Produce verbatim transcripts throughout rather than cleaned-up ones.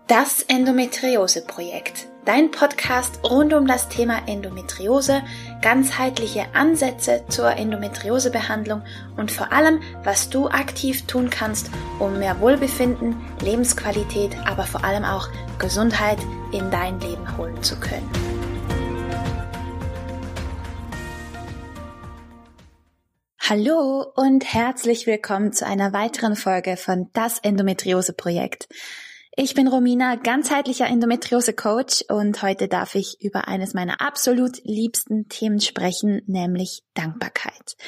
Das Endometriose-Projekt, dein Podcast rund um das Thema Endometriose, ganzheitliche Ansätze zur Endometriosebehandlung und vor allem, was du aktiv tun kannst, um mehr Wohlbefinden, Lebensqualität, aber vor allem auch Gesundheit in dein Leben holen zu können. Hallo und herzlich willkommen zu einer weiteren Folge von Das Endometriose-Projekt. Ich bin Romina, ganzheitlicher Endometriose-Coach und heute darf ich über eines meiner absolut liebsten Themen sprechen, nämlich Dankbarkeit.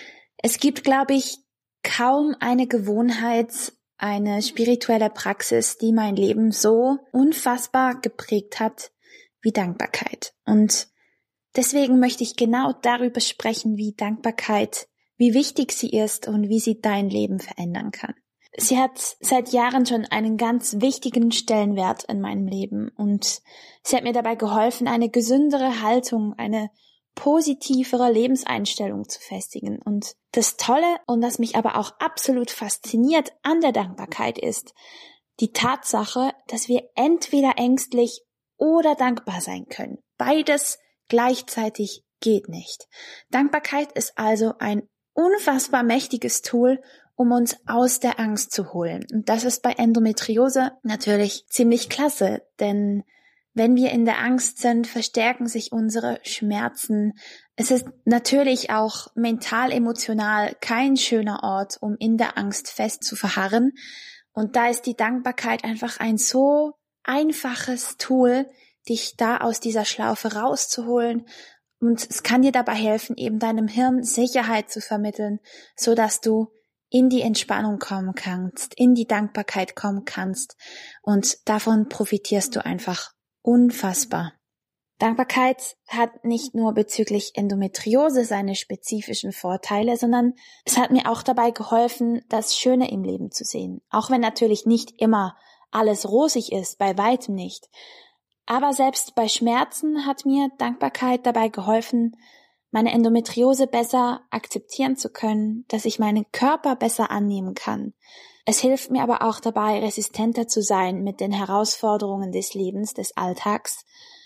Es gibt, glaube ich, kaum eine Gewohnheit, eine spirituelle Praxis, die mein Leben so unfassbar geprägt hat wie Dankbarkeit. Und deswegen möchte ich genau darüber sprechen, wie Dankbarkeit, wie wichtig sie ist und wie sie dein Leben verändern kann. Sie hat seit Jahren schon einen ganz wichtigen Stellenwert in meinem Leben und sie hat mir dabei geholfen, eine gesündere Haltung, eine positivere Lebenseinstellung zu festigen. Und das Tolle und das mich aber auch absolut fasziniert an der Dankbarkeit ist die Tatsache, dass wir entweder ängstlich oder dankbar sein können. Beides gleichzeitig geht nicht. Dankbarkeit ist also ein unfassbar mächtiges Tool, um uns aus der Angst zu holen. Und das ist bei Endometriose natürlich ziemlich klasse, denn wenn wir in der Angst sind, verstärken sich unsere Schmerzen. Es ist natürlich auch mental, emotional kein schöner Ort, um in der Angst fest zu verharren. Und da ist die Dankbarkeit einfach ein so einfaches Tool, dich da aus dieser Schlaufe rauszuholen. Und es kann dir dabei helfen, eben deinem Hirn Sicherheit zu vermitteln, so dass du in die Entspannung kommen kannst, in die Dankbarkeit kommen kannst und davon profitierst du einfach unfassbar. Dankbarkeit hat nicht nur bezüglich Endometriose seine spezifischen Vorteile, sondern es hat mir auch dabei geholfen, das Schöne im Leben zu sehen. Auch wenn natürlich nicht immer alles rosig ist, bei weitem nicht. Aber selbst bei Schmerzen hat mir Dankbarkeit dabei geholfen, meine Endometriose besser akzeptieren zu können, dass ich meinen Körper besser annehmen kann. Es hilft mir aber auch dabei, resistenter zu sein mit den Herausforderungen des Lebens, des Alltags,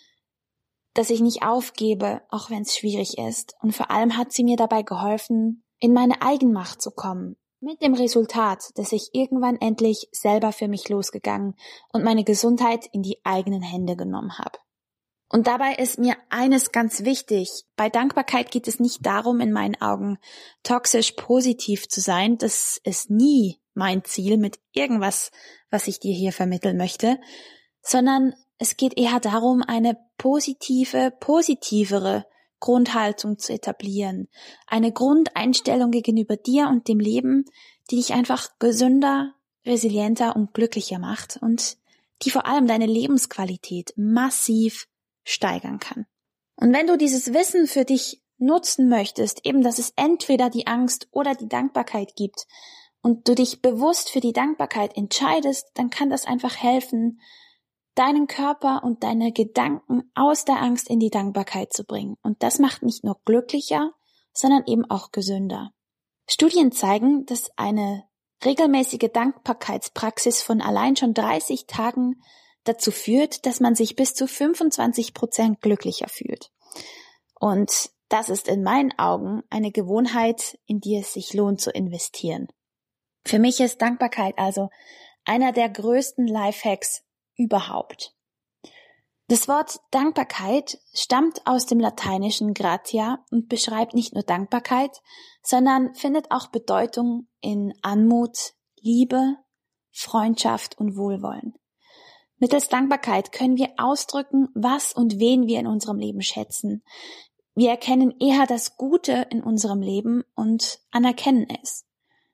dass ich nicht aufgebe, auch wenn es schwierig ist. Und vor allem hat sie mir dabei geholfen, in meine Eigenmacht zu kommen. Mit dem Resultat, dass ich irgendwann endlich selber für mich losgegangen und meine Gesundheit in die eigenen Hände genommen habe. Und dabei ist mir eines ganz wichtig. Bei Dankbarkeit geht es nicht darum, in meinen Augen toxisch positiv zu sein. Das ist nie mein Ziel mit irgendwas, was ich dir hier vermitteln möchte, sondern es geht eher darum, eine positive, positivere Grundhaltung zu etablieren. Eine Grundeinstellung gegenüber dir und dem Leben, die dich einfach gesünder, resilienter und glücklicher macht und die vor allem deine Lebensqualität massiv steigern kann. Und wenn du dieses Wissen für dich nutzen möchtest, eben dass es entweder die Angst oder die Dankbarkeit gibt und du dich bewusst für die Dankbarkeit entscheidest, dann kann das einfach helfen, deinen Körper und deine Gedanken aus der Angst in die Dankbarkeit zu bringen. Und das macht nicht nur glücklicher, sondern eben auch gesünder. Studien zeigen, dass eine regelmäßige Dankbarkeitspraxis von allein schon dreißig Tagen dazu führt, dass man sich bis zu fünfundzwanzig Prozent glücklicher fühlt. Und das ist in meinen Augen eine Gewohnheit, in die es sich lohnt zu investieren. Für mich ist Dankbarkeit also einer der größten Lifehacks überhaupt. Das Wort Dankbarkeit stammt aus dem lateinischen gratia und beschreibt nicht nur Dankbarkeit, sondern findet auch Bedeutung in Anmut, Liebe, Freundschaft und Wohlwollen. Mittels Dankbarkeit können wir ausdrücken, was und wen wir in unserem Leben schätzen. Wir erkennen eher das Gute in unserem Leben und anerkennen es.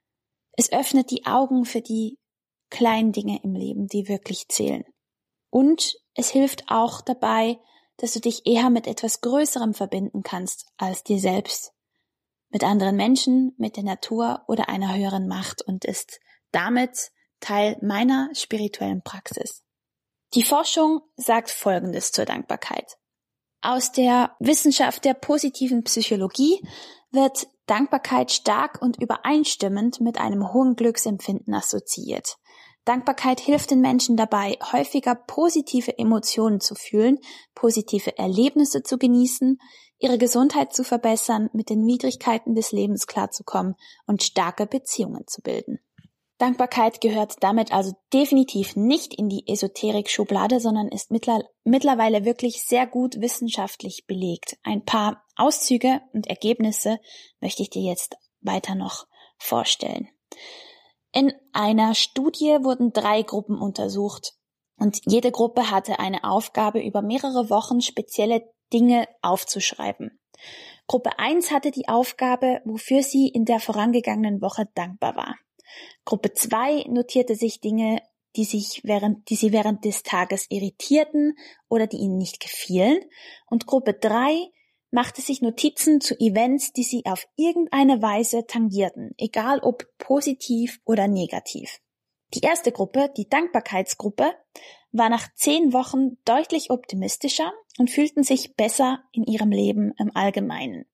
Es öffnet die Augen für die kleinen Dinge im Leben, die wirklich zählen. Und es hilft auch dabei, dass du dich eher mit etwas Größerem verbinden kannst als dir selbst, mit anderen Menschen, mit der Natur oder einer höheren Macht und ist damit Teil meiner spirituellen Praxis. Die Forschung sagt Folgendes zur Dankbarkeit. Aus der Wissenschaft der positiven Psychologie wird Dankbarkeit stark und übereinstimmend mit einem hohen Glücksempfinden assoziiert. Dankbarkeit hilft den Menschen dabei, häufiger positive Emotionen zu fühlen, positive Erlebnisse zu genießen, ihre Gesundheit zu verbessern, mit den Widrigkeiten des Lebens klarzukommen und starke Beziehungen zu bilden. Dankbarkeit gehört damit also definitiv nicht in die Esoterik-Schublade, sondern ist mittler- mittlerweile wirklich sehr gut wissenschaftlich belegt. Ein paar Auszüge und Ergebnisse möchte ich dir jetzt weiter noch vorstellen. In einer Studie wurden drei Gruppen untersucht und jede Gruppe hatte eine Aufgabe, über mehrere Wochen spezielle Dinge aufzuschreiben. Gruppe eins hatte die Aufgabe, wofür sie in der vorangegangenen Woche dankbar war. Gruppe zwei notierte sich Dinge, die sich während, die sie während des Tages irritierten oder die ihnen nicht gefielen. Und Gruppe drei machte sich Notizen zu Events, die sie auf irgendeine Weise tangierten, egal ob positiv oder negativ. Die erste Gruppe, die Dankbarkeitsgruppe, war nach zehn Wochen deutlich optimistischer und fühlten sich besser in ihrem Leben im Allgemeinen.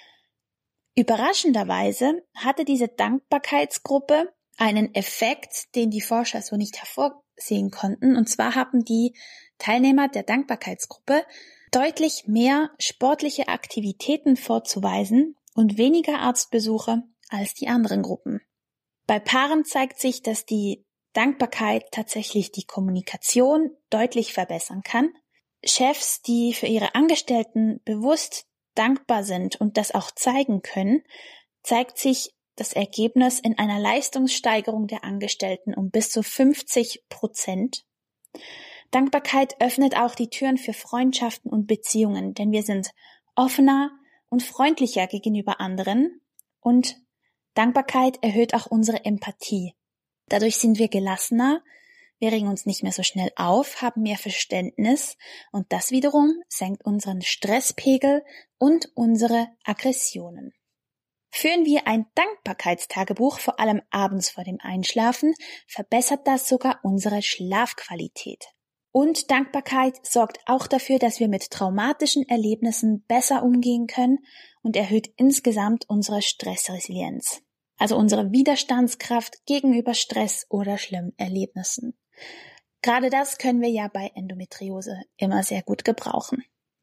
Überraschenderweise hatte diese Dankbarkeitsgruppe einen Effekt, den die Forscher so nicht hervorsehen konnten. Und zwar haben die Teilnehmer der Dankbarkeitsgruppe deutlich mehr sportliche Aktivitäten vorzuweisen und weniger Arztbesuche als die anderen Gruppen. Bei Paaren zeigt sich, dass die Dankbarkeit tatsächlich die Kommunikation deutlich verbessern kann. Chefs, die für ihre Angestellten bewusst dankbar sind und das auch zeigen können, zeigt sich das Ergebnis in einer Leistungssteigerung der Angestellten um bis zu fünfzig Prozent. Dankbarkeit öffnet auch die Türen für Freundschaften und Beziehungen, denn wir sind offener und freundlicher gegenüber anderen und Dankbarkeit erhöht auch unsere Empathie. Dadurch sind wir gelassener, wir regen uns nicht mehr so schnell auf, haben mehr Verständnis und das wiederum senkt unseren Stresspegel und unsere Aggressionen. Führen wir ein Dankbarkeitstagebuch, vor allem abends vor dem Einschlafen, verbessert das sogar unsere Schlafqualität. Und Dankbarkeit sorgt auch dafür, dass wir mit traumatischen Erlebnissen besser umgehen können und erhöht insgesamt unsere Stressresilienz, also unsere Widerstandskraft gegenüber Stress oder schlimmen Erlebnissen. Gerade das können wir ja bei Endometriose immer sehr gut gebrauchen.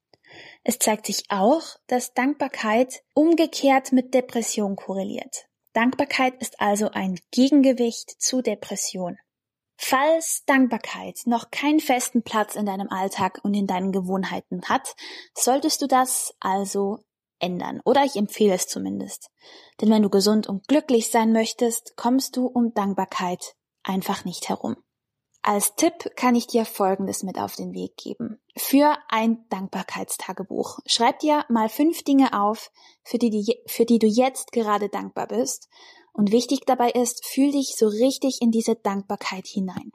Es zeigt sich auch, dass Dankbarkeit umgekehrt mit Depression korreliert. Dankbarkeit ist also ein Gegengewicht zu Depression. Falls Dankbarkeit noch keinen festen Platz in deinem Alltag und in deinen Gewohnheiten hat, solltest du das also ändern. Oder ich empfehle es zumindest. Denn wenn du gesund und glücklich sein möchtest, kommst du um Dankbarkeit einfach nicht herum. Als Tipp kann ich dir Folgendes mit auf den Weg geben. Für ein Dankbarkeitstagebuch. Schreib dir mal fünf Dinge auf, für die, die, für die du jetzt gerade dankbar bist. Und wichtig dabei ist, fühl dich so richtig in diese Dankbarkeit hinein.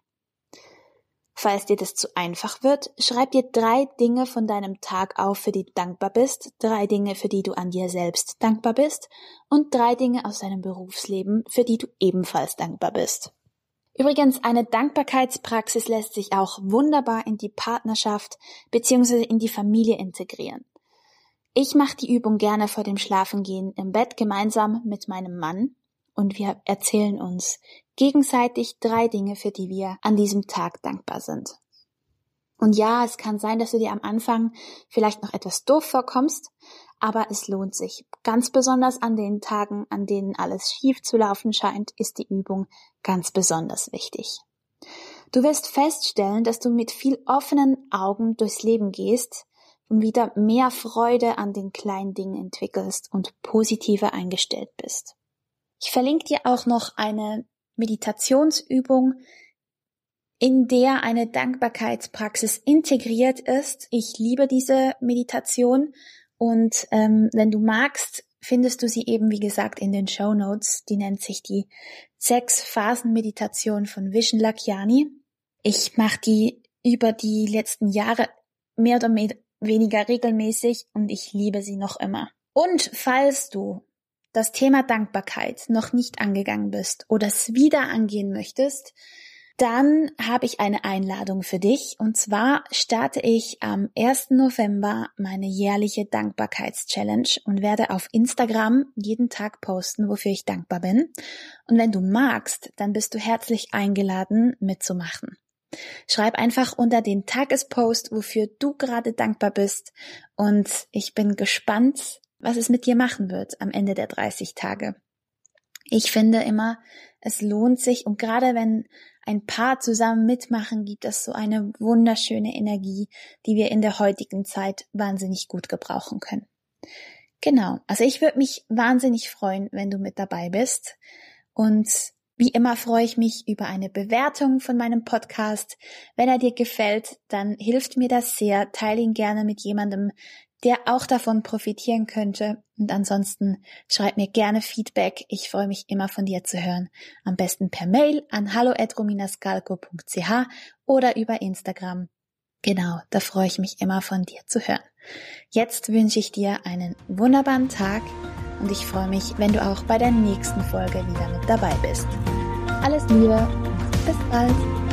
Falls dir das zu einfach wird, schreib dir drei Dinge von deinem Tag auf, für die du dankbar bist, drei Dinge, für die du an dir selbst dankbar bist und drei Dinge aus deinem Berufsleben, für die du ebenfalls dankbar bist. Übrigens, eine Dankbarkeitspraxis lässt sich auch wunderbar in die Partnerschaft bzw. in die Familie integrieren. Ich mache die Übung gerne vor dem Schlafengehen im Bett gemeinsam mit meinem Mann und wir erzählen uns gegenseitig drei Dinge, für die wir an diesem Tag dankbar sind. Und ja, es kann sein, dass du dir am Anfang vielleicht noch etwas doof vorkommst, aber es lohnt sich. Ganz besonders an den Tagen, an denen alles schief zu laufen scheint, ist die Übung ganz besonders wichtig. Du wirst feststellen, dass du mit viel offenen Augen durchs Leben gehst und wieder mehr Freude an den kleinen Dingen entwickelst und positiver eingestellt bist. Ich verlinke dir auch noch eine Meditationsübung, in der eine Dankbarkeitspraxis integriert ist. Ich liebe diese Meditation und ähm, wenn du magst, findest du sie eben, wie gesagt, in den Shownotes. Die nennt sich die Sechs-Phasen-Meditation von Vishen Lakhiani. Ich mache die über die letzten Jahre mehr oder weniger regelmäßig und ich liebe sie noch immer. Und falls du das Thema Dankbarkeit noch nicht angegangen bist oder es wieder angehen möchtest, Dann habe ich eine Einladung für dich und zwar starte ich am ersten November meine jährliche Dankbarkeitschallenge und werde auf Instagram jeden Tag posten, wofür ich dankbar bin. Und wenn du magst, dann bist du herzlich eingeladen, mitzumachen. Schreib einfach unter den Tagespost, wofür du gerade dankbar bist und ich bin gespannt, was es mit dir machen wird am Ende der dreißig Tage. Ich finde immer, es lohnt sich und gerade wenn ein Paar zusammen mitmachen, gibt es so eine wunderschöne Energie, die wir in der heutigen Zeit wahnsinnig gut gebrauchen können. Genau, also ich würde mich wahnsinnig freuen, wenn du mit dabei bist und wie immer freue ich mich über eine Bewertung von meinem Podcast. Wenn er dir gefällt, dann hilft mir das sehr. Teile ihn gerne mit jemandem, der auch davon profitieren könnte. Und ansonsten schreib mir gerne Feedback. Ich freue mich immer von dir zu hören. Am besten per Mail an hallo at rominaskalko punkt c h oder über Instagram. Genau, da freue ich mich immer von dir zu hören. Jetzt wünsche ich dir einen wunderbaren Tag und ich freue mich, wenn du auch bei der nächsten Folge wieder mit dabei bist. Alles Liebe und bis bald!